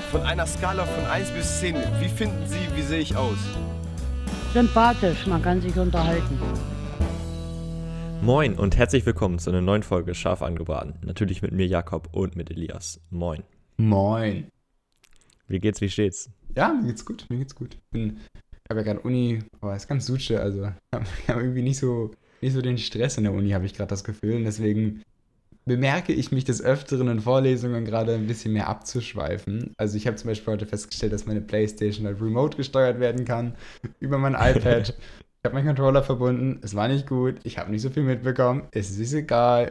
Von einer Skala von 1 bis 10, wie finden Sie, wie sehe ich aus? Sympathisch, man kann sich unterhalten. Moin und herzlich willkommen zu einer neuen Folge Scharf angebraten. Natürlich mit mir Jakob und mit Elias. Moin. Moin. Wie geht's, wie steht's? Ja, mir geht's gut. Ich habe ja gerade Uni, aber ist ganz suche, also ich habe irgendwie nicht so den Stress in der Uni, habe ich gerade das Gefühl. Und deswegen bemerke ich mich des Öfteren in Vorlesungen gerade ein bisschen mehr abzuschweifen. Also ich habe zum Beispiel heute festgestellt, dass meine Playstation halt remote gesteuert werden kann über mein iPad. Ich habe meinen Controller verbunden, es war nicht gut, ich habe nicht so viel mitbekommen, es ist egal.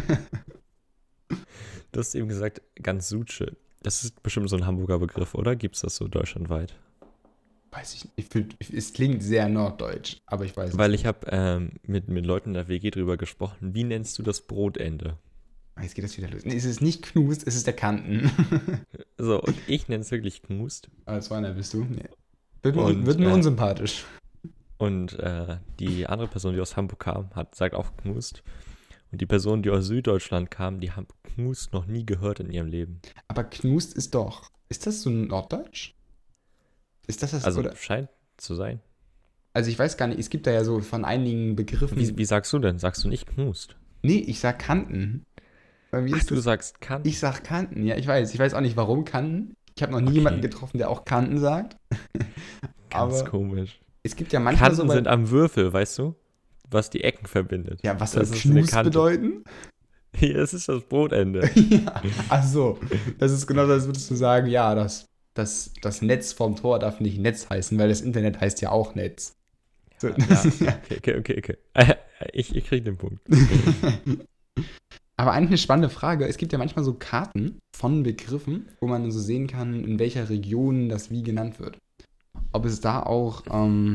Du hast eben gesagt, ganz Suche. Das ist bestimmt so ein Hamburger Begriff, oder? Gibt's das so deutschlandweit? Weiß ich nicht, es klingt sehr norddeutsch, aber ich weiß es Weil nicht. ich habe mit Leuten in der WG drüber gesprochen. Wie nennst du das Brotende? Jetzt geht das wieder los. Nee, es ist nicht Knust, es ist der Kanten. So, und ich nenne es wirklich Knust. Als Weiner bist du? Nee. Und, Wird mir unsympathisch. Und die andere Person, die aus Hamburg kam, sagt auch Knust. Und die Person, die aus Süddeutschland kam, die haben Knust noch nie gehört in ihrem Leben. Aber Knust ist doch. Ist das so norddeutsch? Ist das Also oder? scheint zu sein. Also ich weiß gar nicht, es gibt da ja so von einigen Begriffen. Wie sagst du denn? Sagst du nicht Knust? Nee, ich sag Kanten. Bei mir ist Du das, sagst Kanten. ich sag Kanten, ja, ich weiß. Ich weiß auch nicht, warum Kanten. Ich habe noch nie Okay. jemanden getroffen, der auch Kanten sagt. Ganz Aber komisch. es gibt ja manchmal Kanten so. sind am Würfel, weißt du? Was die Ecken verbindet. Ja, was soll Das ist eine Knust Kante. bedeuten? Hier, das ist das Brotende. Ja, ach so. Das ist genau das, würdest du sagen, ja, das Netz vom Tor darf nicht Netz heißen, weil das Internet heißt ja auch Netz. So, Ja, okay. Ich krieg den Punkt. Aber eigentlich eine spannende Frage. Es gibt ja manchmal so Karten von Begriffen, wo man so sehen kann, in welcher Region das wie genannt wird. Ob es da auch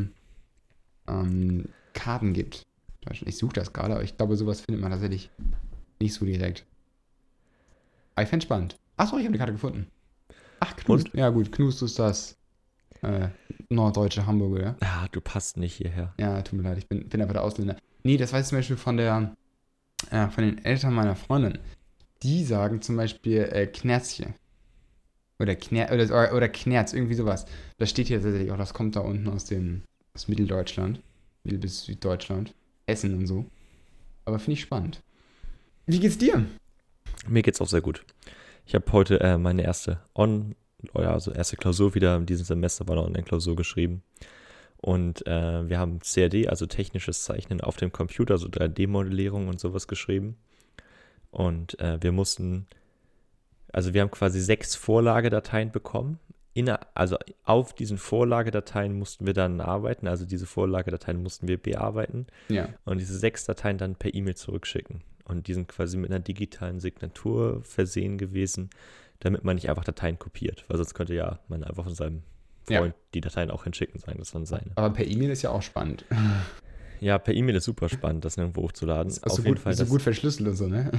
Karten gibt. Ich suche das gerade, aber ich glaube, sowas findet man tatsächlich nicht so direkt. Aber ich fände es spannend. Achso, ich habe die Karte gefunden. Ach, Knust. Ja gut, Knust ist das norddeutsche Hamburger, ja? Ah, du passt nicht hierher. Ja, tut mir leid, ich bin einfach der Ausländer. Nee, das weiß ich zum Beispiel von den Eltern meiner Freundin. Die sagen zum Beispiel Knerzchen. Oder Knerz, irgendwie sowas. Das steht hier tatsächlich auch, das kommt da unten aus Mitteldeutschland. Mittel- bis Süddeutschland. Essen und so. Aber finde ich spannend. Wie geht's dir? Mir geht's auch sehr gut. Ich habe heute meine erste Klausur wieder in diesem Semester, war eine Online-Klausur geschrieben. Und wir haben CAD, also technisches Zeichnen auf dem Computer, so 3D-Modellierung und sowas geschrieben. Und wir haben quasi 6 Vorlagedateien bekommen. Also auf diesen Vorlagedateien mussten wir dann arbeiten, also diese Vorlagedateien mussten wir bearbeiten. Ja. Und diese 6 Dateien dann per E-Mail zurückschicken. Und die sind quasi mit einer digitalen Signatur versehen gewesen, damit man nicht einfach Dateien kopiert. Weil sonst könnte ja man einfach von seinem Freund die Dateien auch hinschicken, sagen, das waren seine. Aber per E-Mail ist ja auch spannend. Ja, per E-Mail ist super spannend, das irgendwo hochzuladen. Ist gut verschlüsselt und so, ne?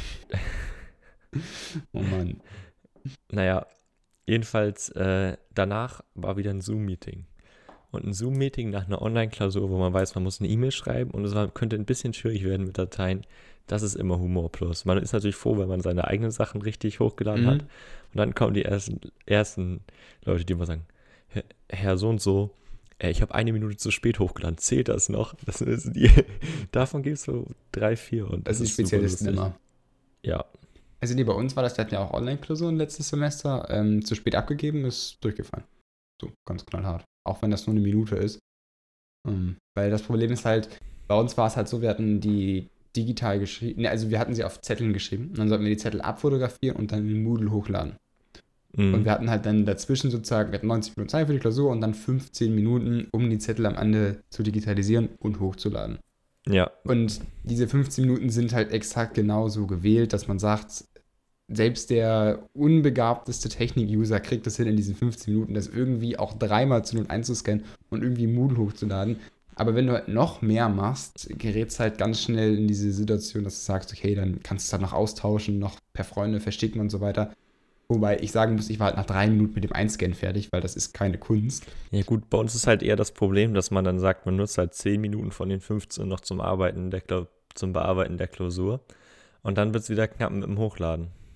Oh Mann. Naja, jedenfalls danach war wieder ein Zoom-Meeting. Und ein Zoom-Meeting nach einer Online-Klausur, wo man weiß, man muss eine E-Mail schreiben und könnte ein bisschen schwierig werden mit Dateien. Das ist immer Humor plus. Man ist natürlich froh, wenn man seine eigenen Sachen richtig hochgeladen hat. Und dann kommen die ersten Leute, die immer sagen, Herr so und so, ich habe 1 Minute zu spät hochgeladen. Zählt das noch? Davon gibt es so 3, 4. Und Das sind Spezialisten immer. Ja. Also nee, bei uns war das, wir hatten ja auch Online-Klausuren letztes Semester, zu spät abgegeben, ist durchgefallen. So, ganz knallhart. Auch wenn das nur 1 Minute ist. Weil das Problem ist halt, bei uns war es halt so, wir hatten die digital geschrieben, also wir hatten sie auf Zetteln geschrieben und dann sollten wir die Zettel abfotografieren und dann in Moodle hochladen. Und wir hatten halt dann dazwischen sozusagen, wir hatten 90 Minuten Zeit für die Klausur und dann 15 Minuten, um die Zettel am Ende zu digitalisieren und hochzuladen. Ja. Und diese 15 Minuten sind halt exakt genauso gewählt, dass man sagt, selbst der unbegabteste Technik-User kriegt es hin, in diesen 15 Minuten das irgendwie auch 3-mal zu Not einzuscannen und irgendwie Moodle hochzuladen. Aber wenn du halt noch mehr machst, gerätst halt ganz schnell in diese Situation, dass du sagst, okay, dann kannst du es halt noch austauschen, noch per Freunde verschicken und so weiter. Wobei ich sagen muss, ich war halt nach 3 Minuten mit dem Einscannen fertig, weil das ist keine Kunst. Ja gut, bei uns ist halt eher das Problem, dass man dann sagt, man nutzt halt 10 Minuten von den 15 noch zum Bearbeiten der Klausur. Und dann wird es wieder knapp mit dem Hochladen.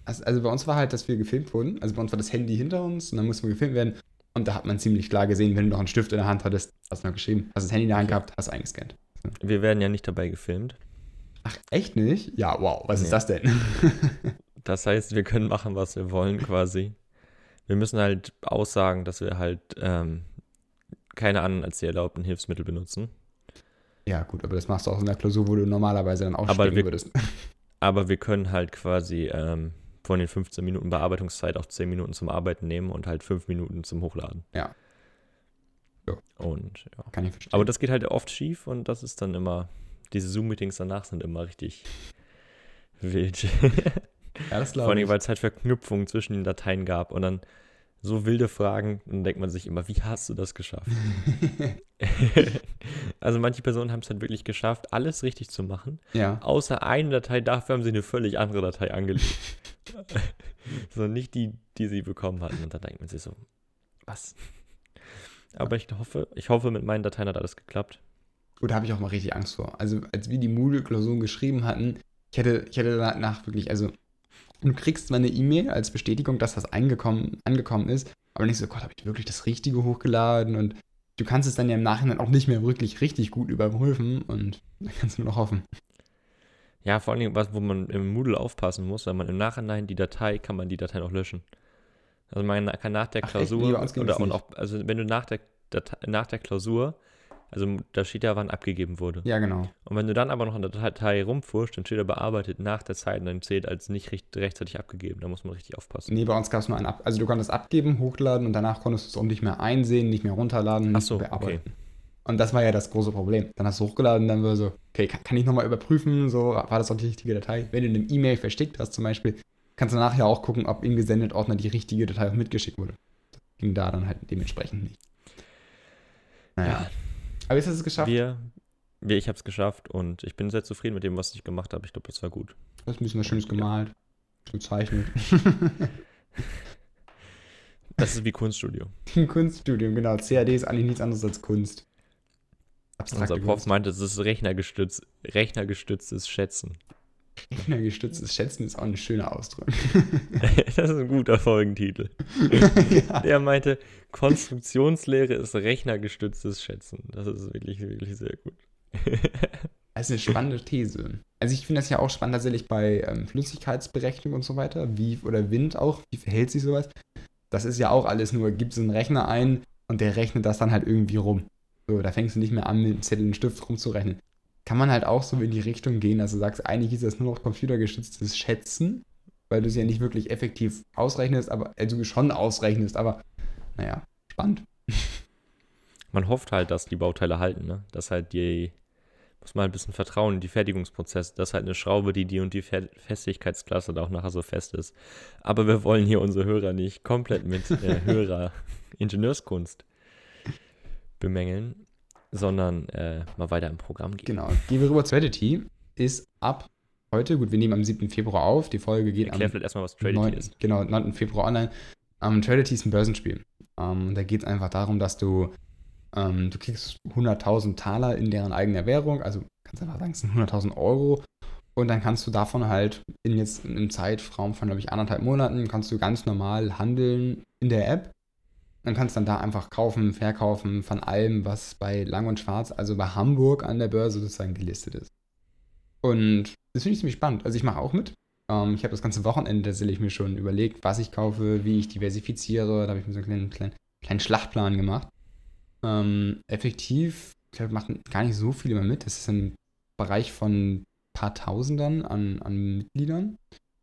Also bei uns war halt, dass wir gefilmt wurden. Also bei uns war das Handy hinter uns und dann mussten wir gefilmt werden. Und da hat man ziemlich klar gesehen, wenn du noch einen Stift in der Hand hattest, hast du noch geschrieben. Hast das Handy in der Hand gehabt, hast eingescannt. Wir werden ja nicht dabei gefilmt. Ach, echt nicht? Ja, wow, was ist das denn? Das heißt, wir können machen, was wir wollen quasi. Wir müssen halt aussagen, dass wir halt keine anderen als die erlaubten Hilfsmittel benutzen. Ja, gut, aber das machst du auch in der Klausur, wo du normalerweise dann aussteigen würdest. Aber wir können halt quasi von den 15 Minuten Bearbeitungszeit auch 10 Minuten zum Arbeiten nehmen und halt 5 Minuten zum Hochladen. Ja. So. Und ja. Kann ich verstehen. Aber das geht halt oft schief und das ist dann immer, diese Zoom-Meetings danach sind immer richtig wild. Ja, das Vor glaube allem, ich. weil es halt Verknüpfungen zwischen den Dateien gab und dann so wilde Fragen, dann denkt man sich immer, wie hast du das geschafft? Also manche Personen haben es halt wirklich geschafft, alles richtig zu machen, Ja. außer eine Datei, dafür haben sie eine völlig andere Datei angelegt. So nicht die, die sie bekommen hatten. Und dann denkt man sich so, was? Aber ich hoffe, mit meinen Dateien hat alles geklappt. Gut, da habe ich auch mal richtig Angst vor. Also, als wir die Moodle-Klausuren geschrieben hatten, ich hätte danach wirklich, also, du kriegst zwar eine E-Mail als Bestätigung, dass das angekommen ist, aber nicht so, Gott, habe ich wirklich das Richtige hochgeladen? Und du kannst es dann ja im Nachhinein auch nicht mehr wirklich richtig gut überprüfen und da kannst du nur noch hoffen. Ja, vor allem, wo man im Moodle aufpassen muss, weil man im Nachhinein kann man die Datei noch löschen. Also man kann nach der Klausur, Nee, bei uns ging das und nicht. auch, also wenn du nach der Klausur, also da steht ja, wann abgegeben wurde. Ja, genau. Und wenn du dann aber noch an der Datei rumfuhrst, dann steht er bearbeitet nach der Zeit und dann zählt als nicht rechtzeitig abgegeben. Da muss man richtig aufpassen. Nee, bei uns gab es nur also du konntest abgeben, hochladen und danach konntest du es auch nicht mehr einsehen, nicht mehr runterladen, Ach nicht so, mehr bearbeiten. okay. Und das war ja das große Problem. Dann hast du hochgeladen, dann war so, okay, kann ich nochmal überprüfen, so, war das auch die richtige Datei? Wenn du eine E-Mail versteckt hast zum Beispiel, kannst du nachher auch gucken, ob im Gesendet-Ordner die richtige Datei auch mitgeschickt wurde. Das ging da dann halt dementsprechend nicht. Naja. Ja. Aber jetzt hast du es geschafft. Ich habe es geschafft und ich bin sehr zufrieden mit dem, was ich gemacht habe. Ich glaube, das war gut. Du hast ein bisschen was Schönes gemalt, gezeichnet. Das ist wie Kunststudio. Ein Kunststudium, genau. CAD ist eigentlich nichts anderes als Kunst. Abstrakte Unser Prof Kunst. meinte, es ist rechnergestütztes Schätzen. Rechnergestütztes Schätzen ist auch ein schöner Ausdruck. Das ist ein guter Folgentitel. Ja. Der meinte, Konstruktionslehre ist rechnergestütztes Schätzen. Das ist wirklich, wirklich sehr gut. Das ist eine spannende These. Also ich finde das ja auch spannend tatsächlich bei Flüssigkeitsberechnung und so weiter, oder Wind auch, wie verhält sich sowas. Das ist ja auch alles nur, gibst du einen Rechner ein und der rechnet das dann halt irgendwie rum. So, da fängst du nicht mehr an, mit einem Zettel und Stift rumzurechnen. Kann man halt auch so in die Richtung gehen, dass du sagst, eigentlich ist das nur noch computergestütztes Schätzen, weil du es ja nicht wirklich effektiv ausrechnest, also schon ausrechnest, aber naja, spannend. Man hofft halt, dass die Bauteile halten, ne? Dass halt muss man halt ein bisschen vertrauen in die Fertigungsprozesse, dass halt eine Schraube, die und die Festigkeitsklasse da auch nachher so fest ist. Aber wir wollen hier unsere Hörer nicht komplett mit höherer Ingenieurskunst bemängeln, sondern mal weiter im Programm gehen. Genau, gehen wir rüber zu Tradity. Ist ab heute, gut, wir nehmen am 7. Februar auf, die Folge geht Erklär am vielleicht erstmal, was Tradity ist. Genau, 9. Februar online. Tradity ist ein Börsenspiel. Da geht es einfach darum, dass du kriegst 100.000 Taler in deren eigener Währung, also kannst einfach sagen, es sind 100.000 Euro und dann kannst du davon halt im Zeitraum von, glaube ich, 1,5 Monaten, kannst du ganz normal handeln in der App. Dann kannst du dann da einfach kaufen, verkaufen von allem, was bei Lang und Schwarz, also bei Hamburg an der Börse sozusagen gelistet ist. Und das finde ich ziemlich spannend. Also ich mache auch mit. Ich habe das ganze Wochenende tatsächlich mir schon überlegt, was ich kaufe, wie ich diversifiziere. Da habe ich mir so einen kleinen Schlachtplan gemacht. Effektiv, ich glaube, machen gar nicht so viele mehr mit. Das ist ein Bereich von ein paar Tausendern an Mitgliedern.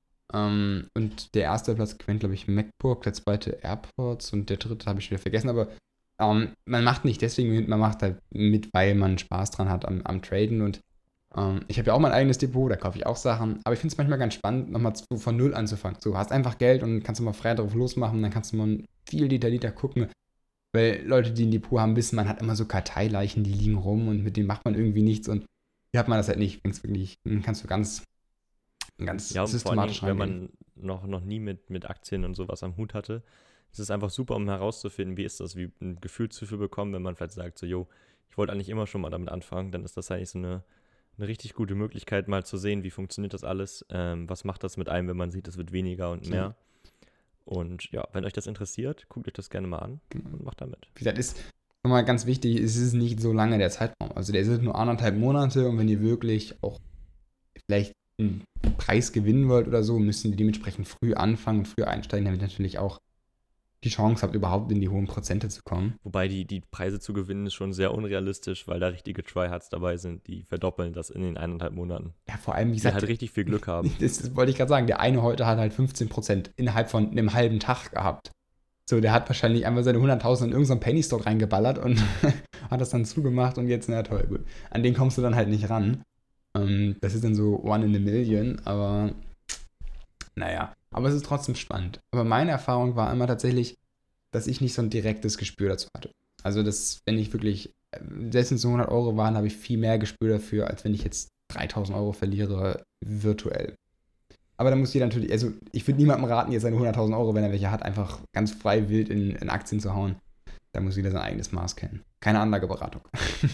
Und der erste Platz gewinnt, glaube ich, MacBook, der zweite Airpods und der dritte habe ich wieder vergessen. Aber man macht nicht deswegen mit, man macht halt mit, weil man Spaß dran hat am Traden. Und ich habe ja auch mein eigenes Depot, da kaufe ich auch Sachen. Aber ich finde es manchmal ganz spannend, nochmal von Null anzufangen. So, hast einfach Geld und kannst du mal frei drauf losmachen. Dann kannst du mal viel detaillierter gucken. Weil Leute, die ein Depot haben, wissen, man hat immer so Karteileichen, die liegen rum und mit denen macht man irgendwie nichts. Und hier hat man das halt nicht. Kannst du ganz Ja, und vor allem, systematisch wenn reingehen. man noch nie mit Aktien und sowas am Hut hatte, ist es einfach super, um herauszufinden, wie ist das, wie ein Gefühl dafür bekommen, wenn man vielleicht sagt, so, yo, ich wollte eigentlich immer schon mal damit anfangen, dann ist das eigentlich so eine eine richtig gute Möglichkeit, mal zu sehen, wie funktioniert das alles, was macht das mit einem, wenn man sieht, es wird weniger und mehr. Und ja, wenn euch das interessiert, guckt euch das gerne mal an und macht da mit. Wie gesagt, ist nochmal ganz wichtig, es ist nicht so lange der Zeitraum. Also der ist nur 1,5 Monate und wenn ihr wirklich auch vielleicht einen Preis gewinnen wollt oder so, müsst ihr dementsprechend früh anfangen und früh einsteigen, damit ihr natürlich auch die Chance habt, überhaupt in die hohen Prozente zu kommen. Wobei die Preise zu gewinnen ist schon sehr unrealistisch, weil da richtige Tryhards dabei sind, die verdoppeln das in den 1,5 Monaten. Ja, vor allem, wie Die gesagt, halt richtig viel Glück haben. das wollte ich gerade sagen, der eine heute hat halt 15% innerhalb von einem halben Tag gehabt. So, der hat wahrscheinlich einfach seine 100.000 in irgendeinen Penny Stock reingeballert und hat das dann zugemacht und jetzt, na toll, gut. An den kommst du dann halt nicht ran. Das ist dann so one in a million, aber naja. Aber es ist trotzdem spannend. Aber meine Erfahrung war immer tatsächlich, dass ich nicht so ein direktes Gespür dazu hatte. Also, wenn ich wirklich, selbst wenn es so 100 Euro waren, habe ich viel mehr Gespür dafür, als wenn ich jetzt 3.000 Euro verliere virtuell. Aber da muss jeder natürlich, also ich würde niemandem raten, jetzt seine 100.000 Euro, wenn er welche hat, einfach ganz frei wild in Aktien zu hauen. Da muss jeder sein eigenes Maß kennen. Keine Anlageberatung.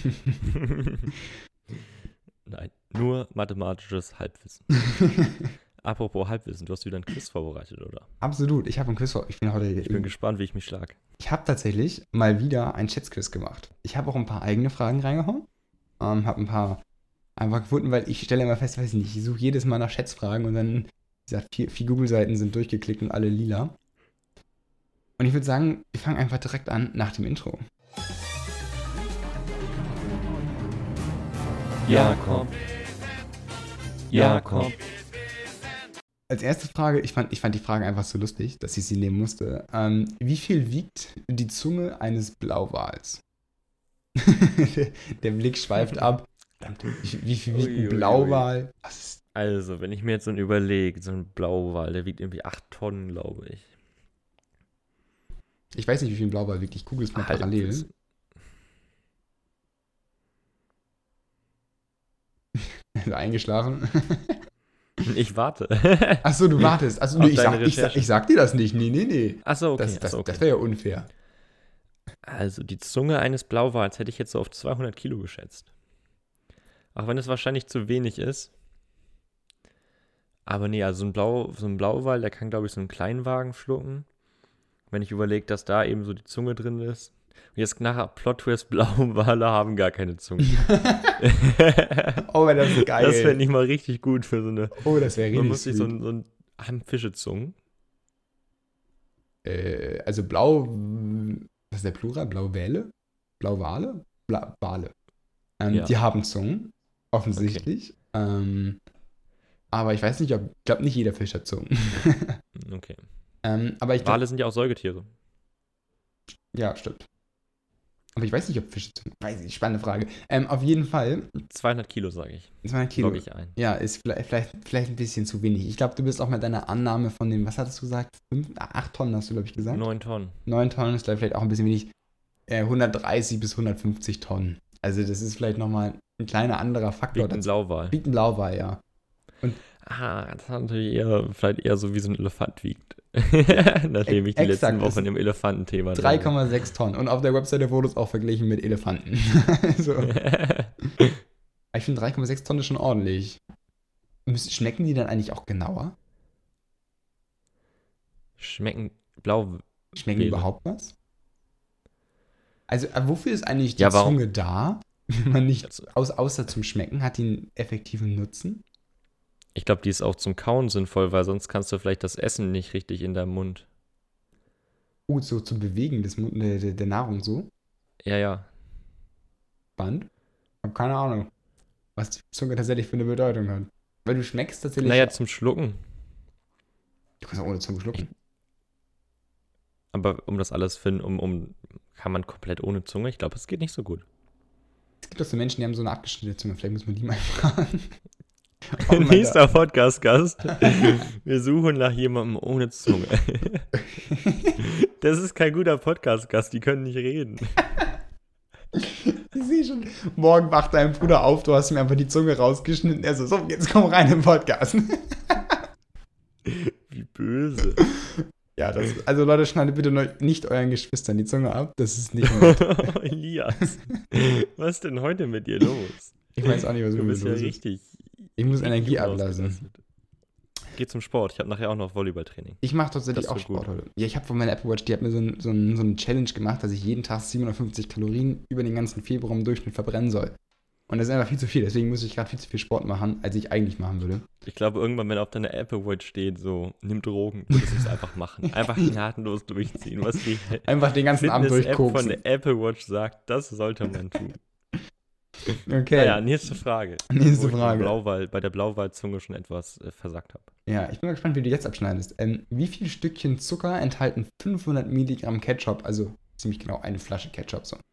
Nein, nur mathematisches Halbwissen. Apropos Halbwissen, du hast wieder ein Quiz vorbereitet, oder? Absolut, ich habe ein Quiz vor. Ich bin gespannt, wie ich mich schlage. Ich habe tatsächlich mal wieder ein Schätzquiz gemacht. Ich habe auch ein paar eigene Fragen reingehauen. Habe ein paar einfach gefunden, weil ich stelle immer fest, weiß ich nicht, ich suche jedes Mal nach Schätzfragen und dann, wie gesagt, 4 Google-Seiten sind durchgeklickt und alle lila. Und ich würde sagen, wir fangen einfach direkt an nach dem Intro. Ja, komm. Ja, komm. Als erste Frage, ich fand die Frage einfach so lustig, dass ich sie nehmen musste. Wie viel wiegt die Zunge eines Blauwals? Der Blick schweift ab. Verdammt, wie viel wiegt ein Blauwal? Also, wenn ich mir jetzt so überlege, so ein Blauwal, der wiegt irgendwie 8 Tonnen, glaube ich. Ich weiß nicht, wie viel ein Blauwal wiegt. Ich google es mal parallel. Eingeschlafen. Ich warte. Achso, du wartest. Also, nee, ich sag dir das nicht. Nee. Achso, okay. Das okay. wäre ja unfair. Also, die Zunge eines Blauwals hätte ich jetzt so auf 200 Kilo geschätzt. Auch wenn es wahrscheinlich zu wenig ist. Aber nee, also so ein Blauwal, der kann, glaube ich, so einen Kleinwagen schlucken. Wenn ich überlege, dass da eben so die Zunge drin ist. Und jetzt nachher Plot-Twist, Blauwale haben gar keine Zunge. Oh, das ist geil. Das wäre nicht mal richtig gut für so eine... Oh, das wäre richtig Man muss sich so haben Fischezungen. Also blau... Was ist der Plural? Blauwale? Blauwale? Wale. Ja. Die haben Zungen. Offensichtlich. Okay. Aber ich weiß nicht, ich glaube nicht jeder Fisch hat Zungen. Okay. Aber Wale sind ja auch Säugetiere. Ja, stimmt. Aber ich weiß nicht, ob Fische Zungen... Weiß ich, spannende Frage. Auf jeden Fall... 200 Kilo, sage ich. 200 Kilo. Logge ich ein. Ja, ist vielleicht ein bisschen zu wenig. Ich glaube, du bist auch mit deiner Annahme von dem, was hattest du gesagt? 8 Tonnen hast du, glaube ich, gesagt? 9 Tonnen. 9 Tonnen ist vielleicht auch ein bisschen wenig. 130 bis 150 Tonnen. Also das ist vielleicht nochmal ein kleiner anderer Faktor. Wiegt ein Blauwal. Wiegt ein Blauwal, ja. Und das hat natürlich vielleicht eher so wie so ein Elefant wiegt. Nachdem ich die letzten Wochen im Elefantenthema 3,6 Tonnen. Und auf der Webseite wurde es auch verglichen mit Elefanten. Also, ich finde 3,6 Tonnen ist schon ordentlich. Schmecken die dann eigentlich auch genauer? Schmecken die überhaupt was? Also, wofür ist eigentlich die Zunge da? Wenn man nicht, außer zum Schmecken, hat die einen effektiven Nutzen? Ich glaube, die ist auch zum Kauen sinnvoll, weil sonst kannst du vielleicht das Essen nicht richtig in deinem Mund. So zum Bewegen der Nahrung so? Ja. Spannend. Ich habe keine Ahnung, was die Zunge tatsächlich für eine Bedeutung hat. Weil du schmeckst tatsächlich... Naja, zum Schlucken. Du kannst auch ohne Zunge schlucken. Aber um das alles finden, kann man komplett ohne Zunge? Ich glaube, es geht nicht so gut. Es gibt auch so Menschen, die haben so eine abgeschnittene Zunge. Vielleicht muss man die mal fragen. Nächster Podcast-Gast. Wir suchen nach jemandem ohne Zunge. Das ist kein guter Podcast-Gast, die können nicht reden. Ich sehe schon, morgen wacht dein Bruder auf, du hast ihm einfach die Zunge rausgeschnitten. Er so, jetzt komm rein im Podcast. Wie böse. Ja, also Leute, schneidet bitte nicht euren Geschwistern die Zunge ab. Das ist nicht nett. Elias, was ist denn heute mit dir los? Ich weiß auch nicht, was Du mit mir bist ja los ist. richtig. Ich muss richtig Energie ablassen. unausgelastet. Geh zum Sport. Ich habe nachher auch noch Volleyballtraining. Ich mache tatsächlich Das auch wird Sport gut. heute. Ja, ich habe von meiner Apple Watch, die hat mir so eine Challenge gemacht, dass ich jeden Tag 750 Kalorien über den ganzen Februar im Durchschnitt verbrennen soll. Und das ist einfach viel zu viel. Deswegen muss ich gerade viel zu viel Sport machen, als ich eigentlich machen würde. Ich glaube, irgendwann, wenn auf deiner Apple Watch steht, so, nimm Drogen, würdest du es einfach machen. Einfach gnadenlos durchziehen, was die Einfach den ganzen Abend Fitness-App von durchkoksen. der Apple Watch sagt, das sollte man tun. Okay, Naja, nächste Frage. Nächste Wo ich Frage. bei der Blauwalzunge schon etwas versagt habe. Ja, ich bin mal gespannt, wie du jetzt abschneidest. Wie viele Stückchen Zucker enthalten 500 Milligramm Ketchup? Also ziemlich genau eine Flasche Ketchup. So.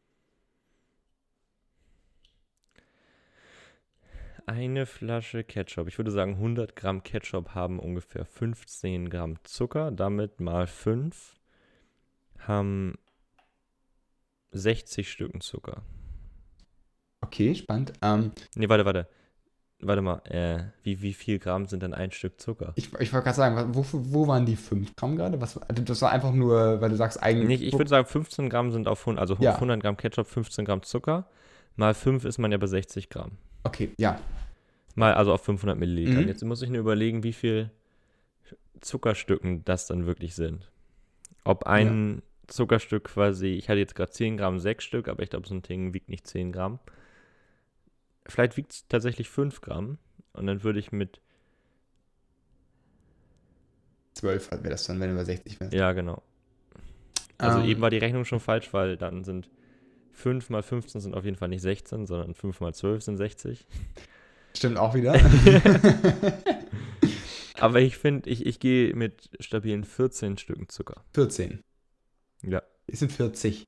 Eine Flasche Ketchup. Ich würde sagen, 100 Gramm Ketchup haben ungefähr 15 Gramm Zucker. Damit mal 5 haben 60 Stücken Zucker. Okay, spannend. Nee, warte mal. Wie viel Gramm sind denn ein Stück Zucker? Ich wollte gerade sagen, wo waren die 5 Gramm gerade? Also das war einfach nur, weil du sagst eigentlich. Ich würde sagen, 15 Gramm sind auf 100, also Ja. 100 Gramm Ketchup, 15 Gramm Zucker. Mal 5 ist man ja bei 60 Gramm. Okay, ja. Mal also auf 500 Milliliter. Mhm. Jetzt muss ich nur überlegen, wie viel Zuckerstücken das dann wirklich sind. Ob ein Zuckerstück quasi, ich hatte jetzt gerade 10 Gramm, 6 Stück, aber ich glaube, so ein Ding wiegt nicht 10 Gramm. Vielleicht wiegt es tatsächlich 5 Gramm. Und dann würde ich mit, 12 wäre das dann, wenn du bei 60 wärst. ja genau. Also eben war die Rechnung schon falsch, weil dann sind 5 mal 15 sind auf jeden Fall nicht 16, sondern 5 mal 12 sind 60. Stimmt auch wieder. Aber ich finde, ich gehe mit stabilen 14 Stücken Zucker. 14. Ja. Es sind 40.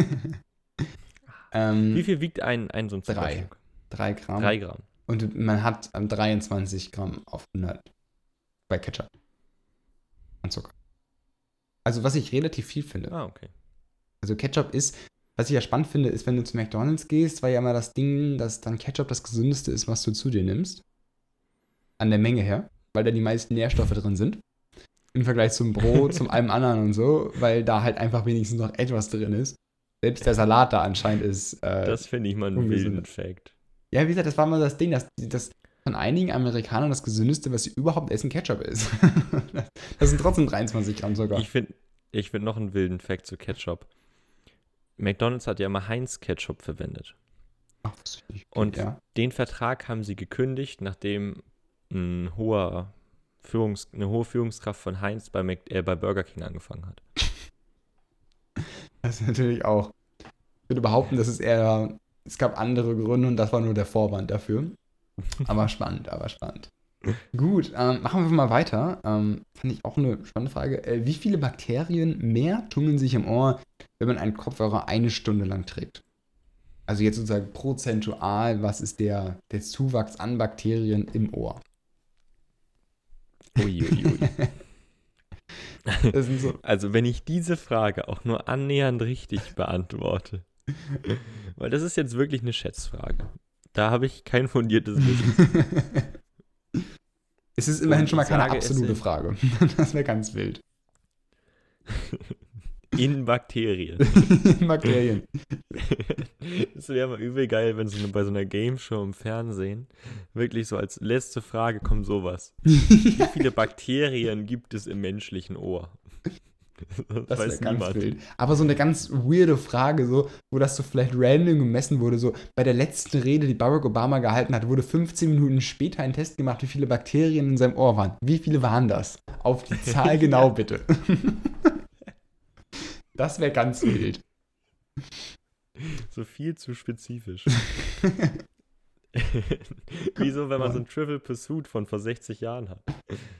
Wie viel wiegt ein so ein Drei. Zuckerstück? 3 Gramm. 3 Gramm. Und man hat 23 Gramm auf 100 bei Ketchup. An Zucker. Also was ich relativ viel finde. Ah, okay. Also Ketchup ist, was ich ja spannend finde, ist, wenn du zu McDonald's gehst, war ja immer das Ding, dass dann Ketchup das Gesündeste ist, was du zu dir nimmst. An der Menge her, weil da die meisten Nährstoffe drin sind. Im Vergleich zum Brot, zum allem anderen und so, weil da halt einfach wenigstens noch etwas drin ist. Selbst der Salat da anscheinend ist. Das finde ich mal einen ungesund. wilden Fact. Ja, wie gesagt, das war mal das Ding, dass von einigen Amerikanern das Gesündeste, was sie überhaupt essen, Ketchup ist. Das sind trotzdem 23 Gramm sogar. Ich find noch einen wilden Fact zu Ketchup. McDonald's hat ja immer Heinz Ketchup verwendet. Ach, wusste ich nicht. Und Ja. den Vertrag haben sie gekündigt, nachdem eine hohe Führungskraft von Heinz bei Burger King angefangen hat. Das ist natürlich auch. Ich würde behaupten, es gab andere Gründe und das war nur der Vorwand dafür. Aber spannend. Gut, machen wir mal weiter. Fand ich auch eine spannende Frage. Wie viele Bakterien mehr tummeln sich im Ohr, wenn man einen Kopfhörer 1 Stunde lang trägt? Also jetzt sozusagen prozentual, was ist der Zuwachs an Bakterien im Ohr? Uiuiui. Das sind so. Also wenn ich diese Frage auch nur annähernd richtig beantworte, weil das ist jetzt wirklich eine Schätzfrage. Da habe ich kein fundiertes Wissen. Es ist immerhin Und schon mal keine sage, es absolute sind- Frage. Das wäre ganz wild. In Bakterien. Bakterien. Es wäre mal übel geil, wenn bei so einer Game-Show im Fernsehen wirklich so als letzte Frage kommt sowas. Wie viele Bakterien gibt es im menschlichen Ohr? Das wäre weiß ganz niemand. wild. Aber so eine ganz weirde Frage, so, wo das so vielleicht random gemessen wurde, so bei der letzten Rede, die Barack Obama gehalten hat, wurde 15 Minuten später ein Test gemacht, wie viele Bakterien in seinem Ohr waren. Wie viele waren das? Auf die Zahl genau, bitte. Das wäre ganz wild. So viel zu spezifisch. Wieso, wenn man so ein Trivial Pursuit von vor 60 Jahren hat?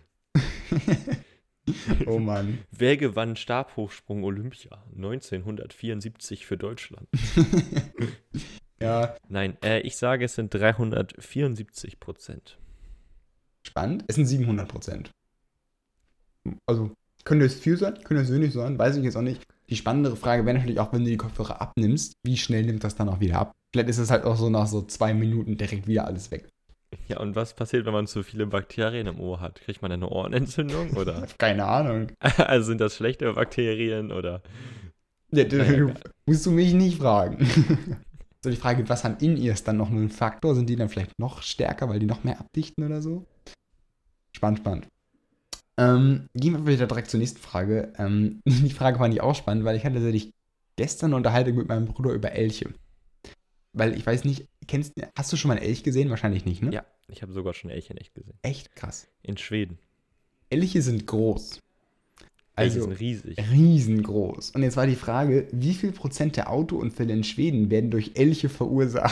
Oh Mann. Wer gewann Stabhochsprung Olympia 1974 für Deutschland? Ja, Nein, ich sage, es sind 374%. spannend. Es sind 700%. Also, könnte es viel sein, könnte es wenig sein, weiß ich jetzt auch nicht. Die spannendere Frage wäre natürlich auch, wenn du die Kopfhörer abnimmst, wie schnell nimmt das dann auch wieder ab? Vielleicht ist es halt auch so nach so 2 Minuten direkt wieder alles weg. Ja, und was passiert, wenn man zu viele Bakterien im Ohr hat? Kriegt man eine Ohrenentzündung oder? Keine Ahnung. Also sind das schlechte Bakterien oder? Ja, Naja, musst du mich nicht fragen. So die Frage, was haben in ihr ist dann noch einen Faktor? Sind die dann vielleicht noch stärker, weil die noch mehr abdichten oder so? Spannend. Gehen wir wieder direkt zur nächsten Frage. Die Frage fand ich auch spannend, weil ich hatte tatsächlich gestern eine Unterhaltung mit meinem Bruder über Elche. Weil ich weiß nicht, hast du schon mal einen Elch gesehen? Wahrscheinlich nicht, ne? Ja, ich habe sogar schon Elche in echt gesehen. Echt krass. In Schweden. Elche sind groß. Elche Also sind riesig. riesengroß. Und jetzt war die Frage, wie viel Prozent der Autounfälle in Schweden werden durch Elche verursacht?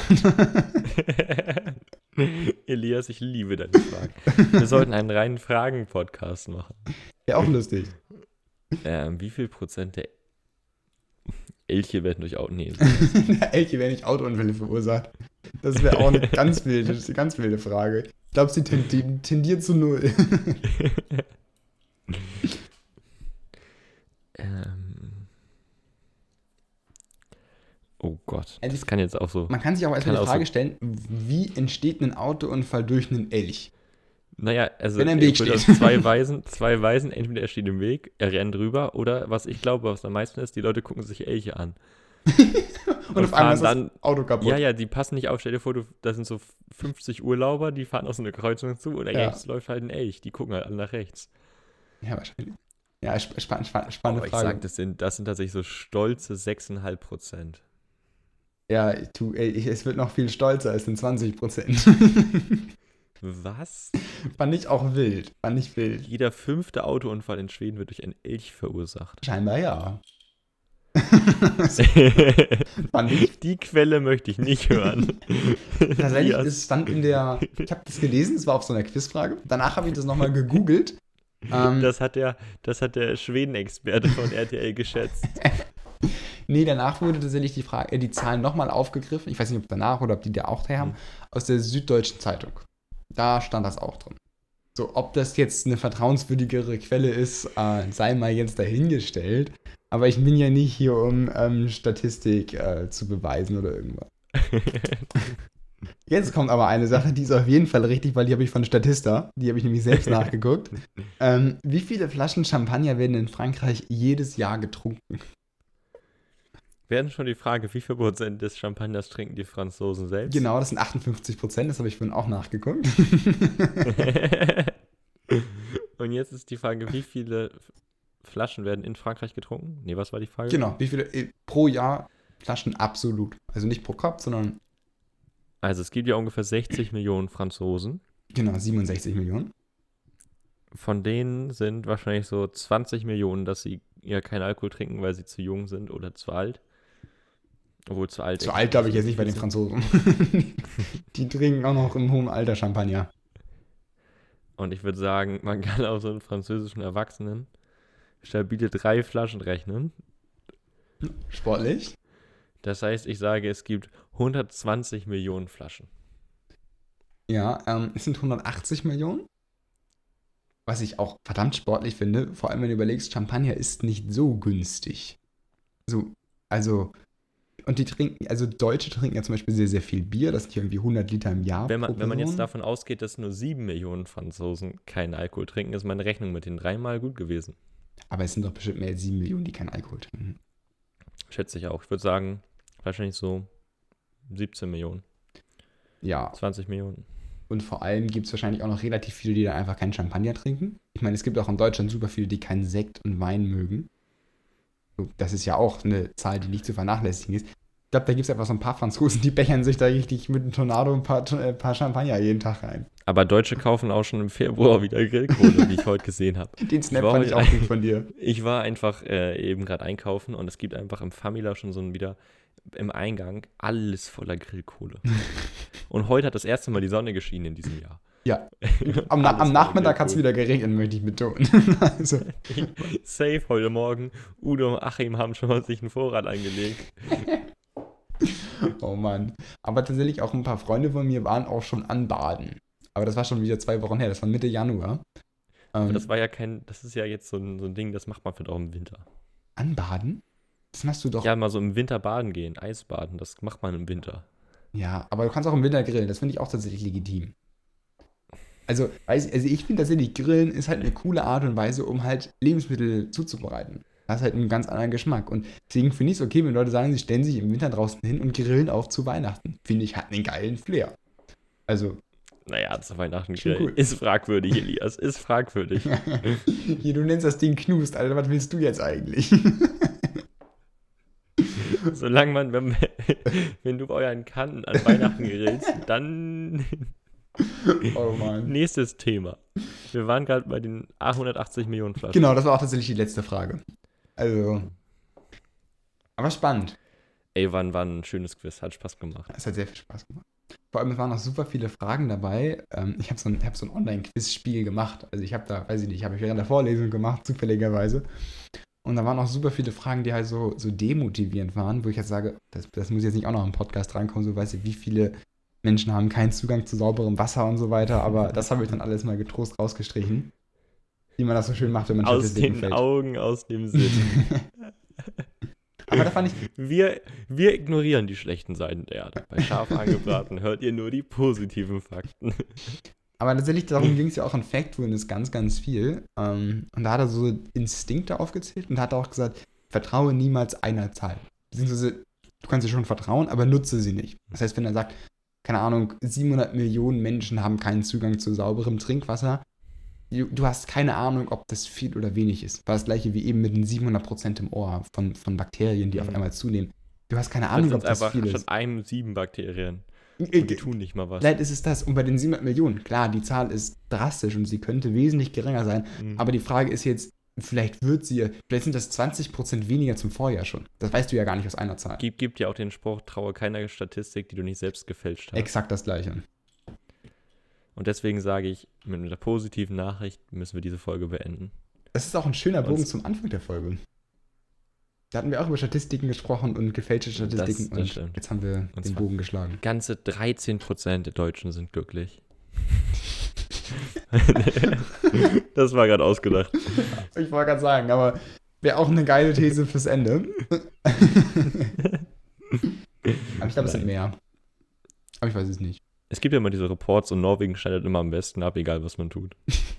Elias, ich liebe deine Fragen. Wir sollten einen reinen Fragen-Podcast machen. Ja, auch lustig. Wie viel Prozent der Elche werden durch Auto... Nee. Elche werden nicht Autounfälle verursacht. Das wäre auch eine ganz wilde Frage. Ich glaube, sie tendiert zu 0. Oh Gott, das kann jetzt auch so... Man kann sich auch erstmal die Frage stellen, wie entsteht ein Autounfall durch einen Elch? Naja, also wenn er im Weg steht. zwei Weisen, entweder er steht im Weg, er rennt drüber, oder was ich glaube, was am meisten ist, die Leute gucken sich Elche an. und auf einmal ist dann, das Auto kaputt. Ja, die passen nicht auf. Stell dir vor, da sind so 50 Urlauber, die fahren aus so einer Kreuzung zu und rechts läuft halt ein Elch. Die gucken halt alle nach rechts. Ja, wahrscheinlich. Ja, spannende Frage. Ich Frage. sag, das sind tatsächlich so stolze 6,5%. Ja, es wird noch viel stolzer, es sind 20%. Was? Fand ich auch wild. Jeder 5. Autounfall in Schweden wird durch einen Elch verursacht. Scheinbar ja. Die Quelle möchte ich nicht hören. Tatsächlich, es stand ich habe das gelesen, es war auf so einer Quizfrage. Danach habe ich das nochmal gegoogelt. Das hat der Schweden-Experte von RTL geschätzt. Nee, danach wurde tatsächlich die Zahlen nochmal aufgegriffen. Ich weiß nicht, ob danach oder ob die da auch her haben. Aus der Süddeutschen Zeitung. Da stand das auch drin. So, ob das jetzt eine vertrauenswürdigere Quelle ist, sei mal jetzt dahingestellt. Aber ich bin ja nicht hier, um Statistik zu beweisen oder irgendwas. Jetzt kommt aber eine Sache, die ist auf jeden Fall richtig, weil die habe ich von Statista. Die habe ich nämlich selbst nachgeguckt. Wie viele Flaschen Champagner werden in Frankreich jedes Jahr getrunken? Wir hatten schon die Frage, wie viel Prozent des Champagners trinken die Franzosen selbst? Genau, das sind 58%, das habe ich vorhin auch nachgeguckt. Und jetzt ist die Frage, wie viele Flaschen werden in Frankreich getrunken? Nee, was war die Frage? Genau, wie viele pro Jahr Flaschen absolut? Also nicht pro Kopf, sondern... Also es gibt ja ungefähr 60 Millionen Franzosen. Genau, 67 Millionen. Von denen sind wahrscheinlich so 20 Millionen, dass sie ja keinen Alkohol trinken, weil sie zu jung sind oder zu alt. Obwohl zu alt. Zu alt glaube ich jetzt nicht bei den Franzosen. Die trinken auch noch im hohen Alter Champagner. Und ich würde sagen, man kann auch so einen französischen Erwachsenen stabile 3 Flaschen rechnen. Sportlich. Das heißt, ich sage, es gibt 120 Millionen Flaschen. Ja, es sind 180 Millionen. Was ich auch verdammt sportlich finde, vor allem wenn du überlegst, Champagner ist nicht so günstig. Und Deutsche trinken ja zum Beispiel sehr, sehr viel Bier, das sind ja irgendwie 100 Liter im Jahr. Wenn man jetzt davon ausgeht, dass nur 7 Millionen Franzosen keinen Alkohol trinken, ist meine Rechnung mit den 3 mal gut gewesen. Aber es sind doch bestimmt mehr als 7 Millionen, die keinen Alkohol trinken. Schätze ich auch. Ich würde sagen, wahrscheinlich so 17 Millionen. Ja. 20 Millionen. Und vor allem gibt es wahrscheinlich auch noch relativ viele, die da einfach keinen Champagner trinken. Ich meine, es gibt auch in Deutschland super viele, die keinen Sekt und Wein mögen. So, das ist ja auch eine Zahl, die nicht zu vernachlässigen ist. Ich glaube, da gibt es einfach so ein paar Franzosen, die bechern sich da richtig mit einem Tornado ein paar Champagner jeden Tag rein. Aber Deutsche kaufen auch schon im Februar wieder Grillkohle, wie ich heute gesehen habe. Den Snap fand ich auch gut von dir. Ich war einfach eben gerade einkaufen und es gibt einfach im Famila schon so wieder im Eingang alles voller Grillkohle. Und heute hat das erste Mal die Sonne geschienen in diesem Jahr. Ja, am Nachmittag hat es wieder geregnet, möchte ich betonen. Also. Safe heute Morgen. Udo und Achim haben schon mal sich einen Vorrat angelegt. Oh Mann. Aber tatsächlich auch ein paar Freunde von mir waren auch schon anbaden. Aber das war schon wieder 2 Wochen her, das war Mitte Januar. Aber das war ja das ist ja jetzt so ein Ding, das macht man vielleicht auch im Winter. Anbaden? Das machst du doch. Ja, mal so im Winter baden gehen, Eisbaden, das macht man im Winter. Ja, aber du kannst auch im Winter grillen, das finde ich auch tatsächlich legitim. Ich finde tatsächlich, Grillen ist halt eine coole Art und Weise, um halt Lebensmittel zuzubereiten. Das ist halt einen ganz anderen Geschmack. Und deswegen finde ich es okay, wenn Leute sagen, sie stellen sich im Winter draußen hin und grillen auf zu Weihnachten. Finde ich, hat einen geilen Flair. Also. Naja, zu Weihnachten Schon grillen. cool. Ist fragwürdig, Elias. Ist fragwürdig. Hier, du nennst das Ding Knust, Alter. Was willst du jetzt eigentlich? Solange man, wenn du bei euren Kanten an Weihnachten grillst, dann Oh Mann. nächstes Thema. Wir waren gerade bei den 180 Millionen Flaschen. Genau, das war auch tatsächlich die letzte Frage. Also. Aber spannend. Ey, war ein schönes Quiz. Hat Spaß gemacht. Es hat sehr viel Spaß gemacht. Vor allem, es waren noch super viele Fragen dabei. Ich habe so ein Online-Quiz-Spiel gemacht. Also ich habe da, weiß ich nicht, habe ich während der Vorlesung gemacht, zufälligerweise. Und da waren noch super viele Fragen, die halt so demotivierend waren, wo ich jetzt sage, das muss jetzt nicht auch noch im Podcast reinkommen, so weißt du, wie viele Menschen haben keinen Zugang zu sauberem Wasser und so weiter, aber das habe ich dann alles mal getrost rausgestrichen. Wie man das so schön macht, wenn man Aus Statistiken den fällt. Augen, aus dem Sinn. Aber da fand ich, Wir ignorieren die schlechten Seiten der Erde. Bei Scharf angebraten hört ihr nur die positiven Fakten. aber tatsächlich, darum ging es ja auch in Factfulness ganz, ganz viel. Und da hat er so Instinkte aufgezählt und hat auch gesagt, vertraue niemals einer Zahl. Beziehungsweise, du kannst dir schon vertrauen, aber nutze sie nicht. Das heißt, wenn er sagt, keine Ahnung, 700 Millionen Menschen haben keinen Zugang zu sauberem Trinkwasser, du hast keine Ahnung, ob das viel oder wenig ist. War das gleiche wie eben mit den 700% im Ohr von Bakterien, die auf einmal zunehmen. Du hast keine Ahnung, ob das einfach viel ist. statt einem 7 Bakterien. Und die tun nicht mal was. Vielleicht ist es das. Und bei den 700 Millionen, klar, die Zahl ist drastisch und sie könnte wesentlich geringer sein. Mhm. Aber die Frage ist jetzt, vielleicht sind das 20% weniger zum Vorjahr schon. Das weißt du ja gar nicht aus einer Zahl. Gibt ja auch den Spruch, traue keiner Statistik, die du nicht selbst gefälscht hast. Exakt das Gleiche. Und deswegen sage ich, mit einer positiven Nachricht müssen wir diese Folge beenden. Das ist auch ein schöner Bogen Und- zum Anfang der Folge. Da hatten wir auch über Statistiken gesprochen und gefälschte Statistiken Das und stimmt. jetzt haben wir Und den zwar- Bogen geschlagen. Ganze 13% der Deutschen sind glücklich. Das war gerade ausgedacht. Ich wollte gerade sagen, aber wäre auch eine geile These fürs Ende. Aber ich glaube, es sind mehr. Aber ich weiß es nicht. Es gibt ja immer diese Reports und Norwegen schneidet immer am besten ab, egal was man tut.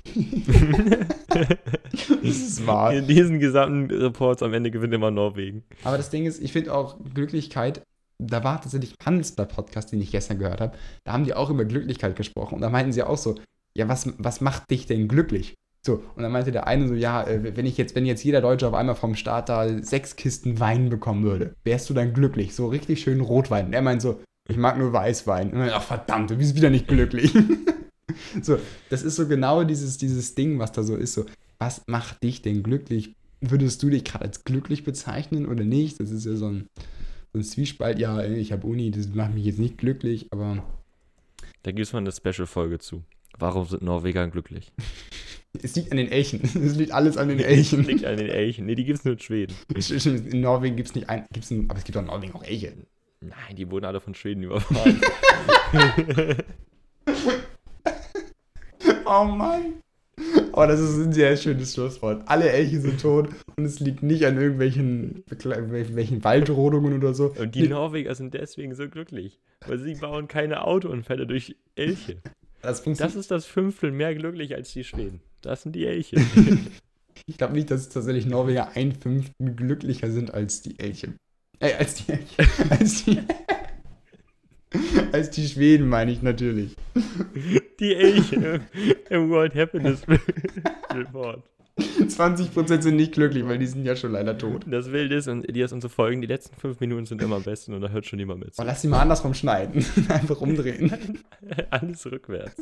Das ist wahr. In diesen gesamten Reports am Ende gewinnt immer Norwegen. Aber das Ding ist, ich finde auch Glücklichkeit, da war tatsächlich ein Handelsblatt-Podcast, den ich gestern gehört habe, da haben die auch über Glücklichkeit gesprochen und da meinten sie auch so, ja, was macht dich denn glücklich? So, und dann meinte der eine so, ja, wenn jetzt jeder Deutsche auf einmal vom Staat da 6 Kisten Wein bekommen würde, wärst du dann glücklich? So richtig schön Rotwein. Und er meint so, ich mag nur Weißwein. Und dann, ach verdammt, du bist wieder nicht glücklich. So, das ist so genau dieses Ding, was da so ist, so, was macht dich denn glücklich? Würdest du dich gerade als glücklich bezeichnen oder nicht? Das ist ja so ein Zwiespalt. Ja, ich habe Uni, das macht mich jetzt nicht glücklich, aber Da gibt es mal eine Special-Folge zu. Warum sind Norweger glücklich? es liegt an den Elchen. Es liegt alles an den Es Elchen. liegt an den Elchen. Nee, die gibt es nur in Schweden. In Norwegen gibt es nicht aber es gibt doch in Norwegen auch Elche. Nein, die wurden alle von Schweden überfahren. Oh Mann. Aber das ist ein sehr schönes Schlusswort. Alle Elche sind tot und es liegt nicht an irgendwelchen Waldrodungen oder so. Und die Norweger sind deswegen so glücklich. Weil sie bauen keine Autounfälle durch Elche. Das Das ist das Fünftel mehr glücklich als die Schweden. Das sind die Elche. Ich glaube nicht, dass tatsächlich Norweger 1/5 glücklicher sind als die Elche. Als die Elche. Als die Schweden, meine ich natürlich. Die Elche im World Happiness Report. 20% sind nicht glücklich, weil die sind ja schon leider tot. Das Wilde ist, und Elias, unsere Folgen, die letzten 5 Minuten sind immer am besten und da hört schon niemand mit. Oh, lass sie mal andersrum schneiden. Einfach umdrehen. Alles rückwärts.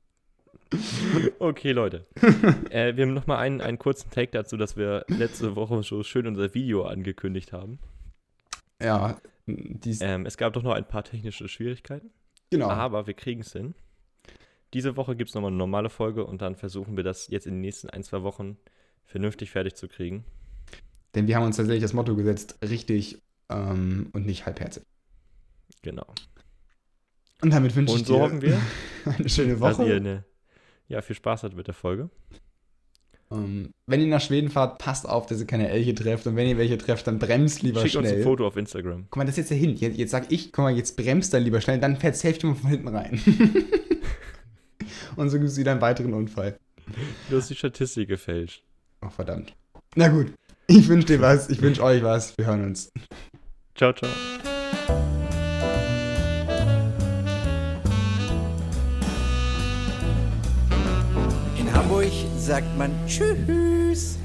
Okay, Leute. Wir haben nochmal einen kurzen Take dazu, dass wir letzte Woche so schön unser Video angekündigt haben. Ja, Es gab doch noch ein paar technische Schwierigkeiten, genau. aber wir kriegen es hin. Diese Woche gibt es nochmal eine normale Folge und dann versuchen wir das jetzt in den nächsten 1-2 Wochen vernünftig fertig zu kriegen. Denn wir haben uns tatsächlich das Motto gesetzt, richtig und nicht halbherzig. Genau. Und damit wünsche ich Und so dir hoffen wir, eine schöne dass ihr Woche. viel Spaß hattet mit der Folge. Wenn ihr nach Schweden fahrt, passt auf, dass ihr keine Elche trefft. Und wenn ihr welche trefft, dann bremst lieber Schickt uns ein schnell. Foto auf Instagram. Guck mal, das ist jetzt ja hin. Jetzt sag ich, guck mal, jetzt bremst dann lieber schnell, dann fährt safe mal von hinten rein. Und so gibt es wieder einen weiteren Unfall. Du hast die Statistik gefälscht. Oh, verdammt. Na gut. Ich wünsche dir was, ich wünsche euch was. Wir hören uns. Ciao, ciao. In Hamburg sagt man Tschüss.